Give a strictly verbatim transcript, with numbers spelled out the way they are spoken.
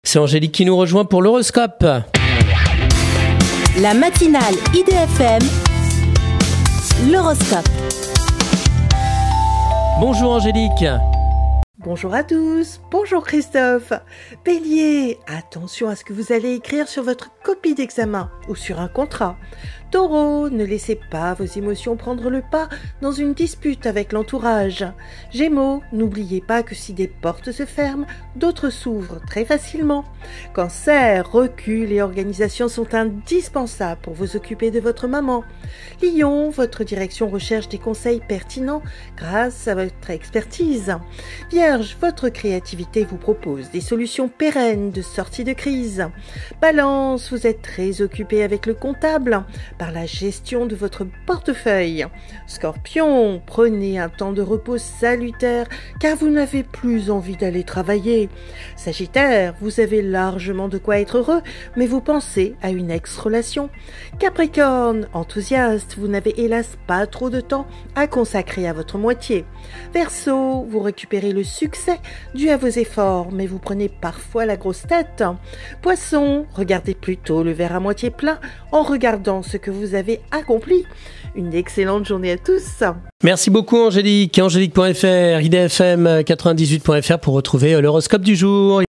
C'est Angélique qui nous rejoint pour l'horoscope. La matinale I D F M, l'horoscope. Bonjour Angélique. Bonjour à tous, bonjour Christophe. Bélier, attention à ce que vous allez écrire sur votre copie d'examen ou sur un contrat. Taureau, ne laissez pas vos émotions prendre le pas dans une dispute avec l'entourage. Gémeaux, n'oubliez pas que si des portes se ferment, d'autres s'ouvrent très facilement. Cancer, recul et organisation sont indispensables pour vous occuper de votre maman. Lion, votre direction recherche des conseils pertinents grâce à votre expertise. Vierge, votre créativité vous propose des solutions pérennes de sortie de crise. Balance, vous êtes très occupé avec le comptable par la gestion de votre portefeuille. Scorpion, prenez un temps de repos salutaire car vous n'avez plus envie d'aller travailler. Sagittaire, vous avez largement de quoi être heureux, mais vous pensez à une ex-relation. Capricorne, enthousiaste, vous n'avez hélas pas trop de temps à consacrer à votre moitié. Verseau, vous récupérez le succès dû à vos efforts, mais vous prenez parfois la grosse tête. Poisson, regardez plutôt le verre à moitié plein en regardant ce que vous avez accompli. Une excellente journée à tous. Merci beaucoup Angélique. Angélique point F R, I D F M quatre-vingt-dix-huit point F R pour retrouver l'horoscope du jour.